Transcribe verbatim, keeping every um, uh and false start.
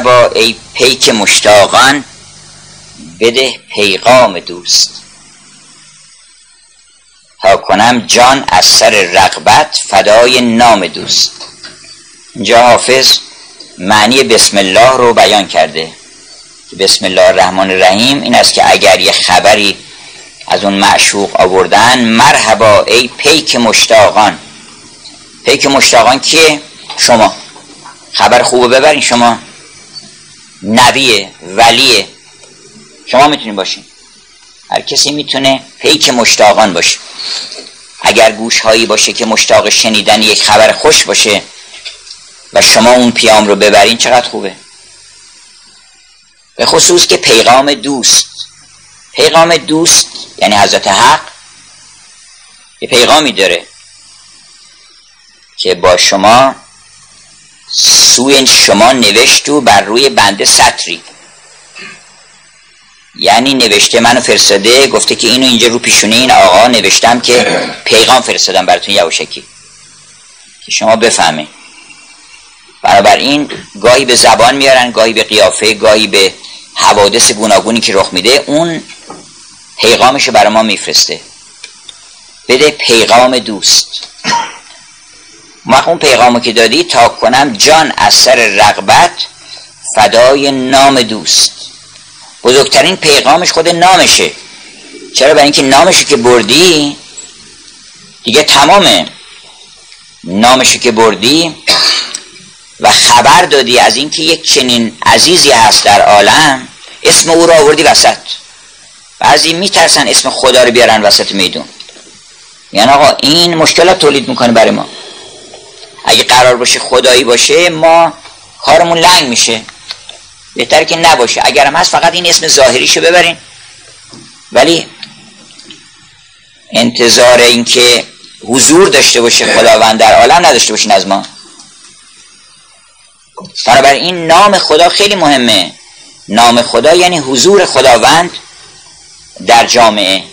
مرحبا ای پیک مشتاقان، بده پیغام دوست. تا کنم جان از سر رغبت، فدای نام دوست. اینجا حافظ معنی بسم الله رو بیان کرده. بسم الله الرحمن الرحیم این است که اگر یه خبری از اون معشوق آوردن، مرحبا ای پیک مشتاقان. پیک مشتاقان کیه؟ شما. خبر خوبه ببرین، شما نبیه، ولیه، شما میتونین باشین. هر کسی میتونه پیک مشتاقان باشه. اگر گوش هایی باشه که مشتاق شنیدن یک خبر خوش باشه و شما اون پیام رو ببرین، چقدر خوبه. به خصوص که پیغام دوست، پیغام دوست یعنی حضرت حق یه پیغامی داره که با شما سوی شما نوشت و بر روی بنده سطری، یعنی نوشته منو فرستاده، گفته که اینو اینجا رو پیشونه این آقا نوشتم که پیغام فرستادم براتون یواشکی که شما بفهمه. بنابراین گاهی به زبان میارن، گاهی به قیافه، گاهی به حوادث گوناگونی که رخ میده، اون پیغامشو برای ما میفرسته. بده پیغام دوست. ما اون پیغامو که دادی، تا کنم جان از سر رغبت، فدای نام دوست. بزرگترین پیغامش خود نامشه. چرا؟ برای اینکه نامشو که بردی دیگه تمامه. نامشو که بردی و خبر دادی از اینکه یک چنین عزیزی هست در عالم، اسم او را آوردی وسط. بعضی میترسن اسم خدا رو بیارن وسط میدون، یعنی آقا این مشکلات تولید میکنه برای ما. اگه قرار باشه خدایی باشه، ما کارمون لنگ میشه. بهتره که نباشه. اگرم هست فقط این اسم ظاهریشو ببرین، ولی انتظار این که حضور داشته باشه خداوند در عالم نداشته باشین از ما. بنابراین این نام خدا خیلی مهمه. نام خدا یعنی حضور خداوند در جامعه.